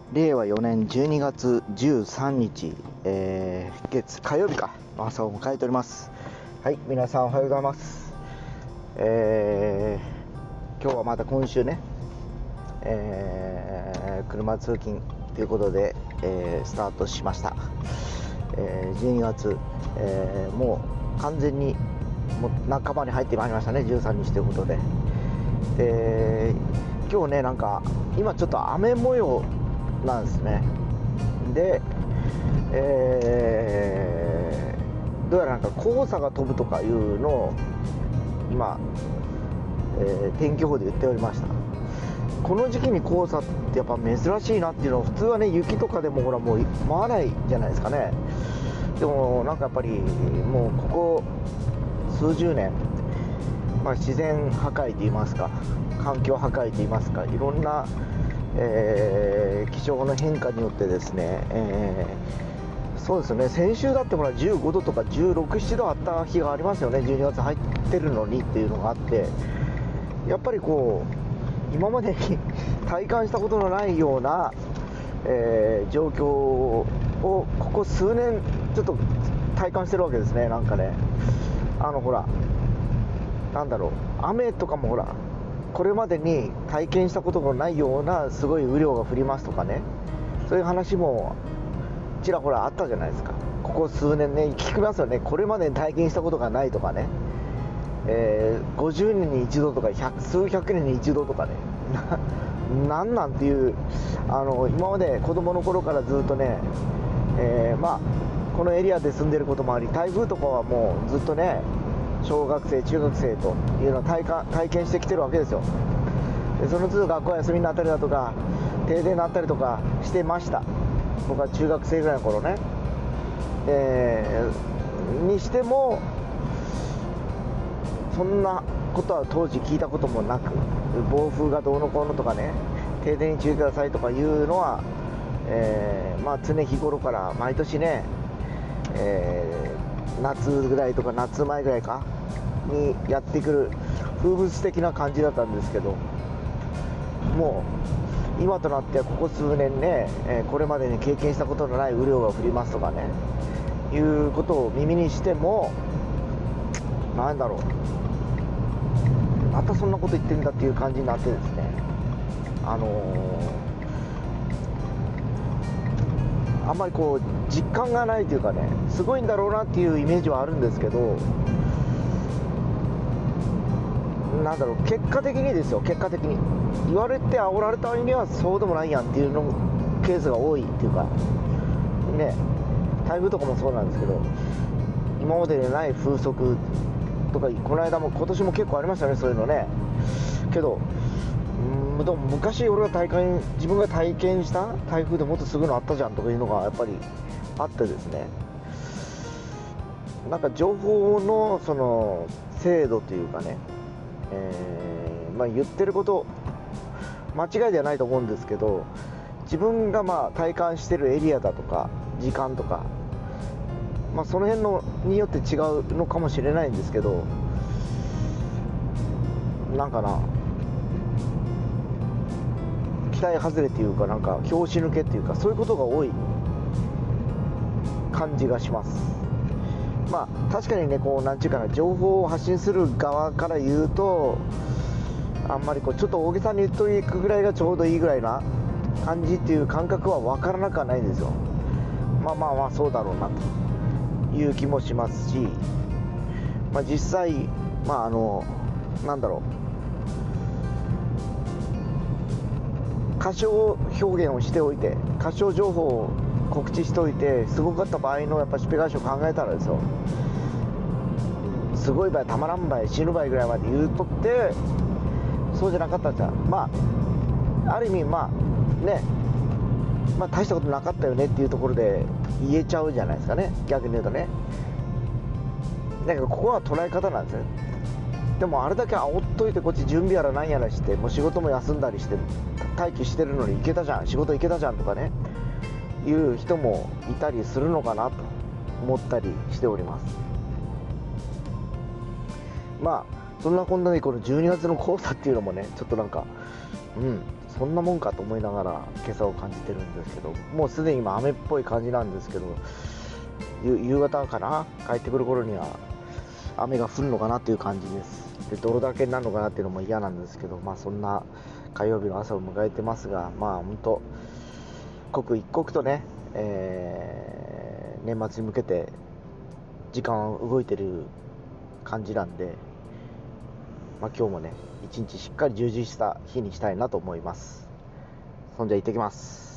令和4年12月13日、火曜日か朝を迎えております。はい、皆さんおはようございます。今日はまた今週ね、車通勤ということで、スタートしました。12月、もう完全にもう半ばに入ってまいりましたね。13日ということで、今日ね、なんか今ちょっと雨模様なんですね。で、どうやらなんか黄砂が飛ぶとかいうのを今、天気予報で言っておりました。この時期に黄砂ってやっぱ珍しいなっていうのは、普通はね、雪とかでもほらもう舞わないじゃないですかね。でもなんかやっぱりもうここ数十年、自然破壊といいますか、環境破壊といいますか、いろんな気象の変化によってですね、そうですよね、先週だってほら15度とか16、7度あった日がありますよね。12月入ってるのにっていうのがあって、やっぱりこう今までに体感したことのないような、状況をここ数年ちょっと体感してるわけですね。なんかね、ほらなんだろう、雨とかもほらこれまでに体験したことのないようなすごい雨量が降りますとかね、そういう話もちらほらあったじゃないですか。ここ数年ね、聞きますよね。これまでに体験したことがないとかね、50年に一度とか数百年に一度とかねなんていう、今まで子供の頃からずっとね、このエリアで住んでることもあり、台風とかはもうずっとね、小学生中学生というのを体験してきてるわけですよ。でその都度学校休みになったりだとか停電になったりとかしてました。僕は中学生ぐらいの頃ね、にしてもそんなことは当時聞いたこともなく、暴風がどうのこうのとかね、停電に注意くださいとかいうのは、常日頃から毎年ね、夏ぐらいとか夏前ぐらいかにやってくる風物詩的な感じだったんですけど、もう今となってはここ数年ね、これまでに経験したことのない雨量が降りますとかねいうことを耳にしても、なんだろう、またそんなこと言ってんだっていう感じになってですね、あんまりこう実感がないというかね、すごいんだろうなっていうイメージはあるんですけど、なんだろう、結果的にですよ、結果的に言われて煽られた割にはそうでもないやんっていうのケースが多いっていうかね、台風とかもそうなんですけど、今までにない風速とかこの間も今年も結構ありましたね、そういうのね。けどでも昔自分が体験した台風でもっとすぐのあったじゃんとかいうのがやっぱりあってですね、なんか情報のその精度というかね、言ってること間違いではないと思うんですけど、自分が体感してるエリアだとか時間とか、その辺のによって違うのかもしれないんですけど、なんかな、期待外れっていうか、なんか拍子抜けっていうか、そういうことが多い感じがします。確かにね、こうなんていうかな、情報を発信する側から言うと、あんまりこうちょっと大げさに言っといくぐらいがちょうどいいぐらいな感じっていう感覚は分からなくはないんですよ。そうだろうなという気もしますし、実際なんだろう、過小表現をしておいて、過小情報を告知しておいて、すごかった場合のやっぱしっぺ返しを考えたらですよ、すごい場合、たまらん場合、死ぬ場合ぐらいまで言うとって、そうじゃなかったじゃん、ある意味大したことなかったよねっていうところで言えちゃうじゃないですかね、逆に言うとね。だけどここは捉え方なんですよ。でもあれだけ煽っといて、こっち準備やらなんやらして、もう仕事も休んだりして待機してるのに行けたじゃん、仕事行けたじゃんとかねいう人もいたりするのかなと思ったりしております。そんなこんなにこの12月の黄砂っていうのもね、ちょっとなんかそんなもんかと思いながら今朝を感じてるんですけど、もうすでに今雨っぽい感じなんですけど、夕方かな、帰ってくる頃には雨が降るのかなっていう感じです。で泥だけになるのかなっていうのも嫌なんですけど、そんな火曜日の朝を迎えてますが、本当刻一刻とね、年末に向けて時間動いてる感じなんで、今日もね一日しっかり充実した日にしたいなと思います。そんじゃ行ってきます。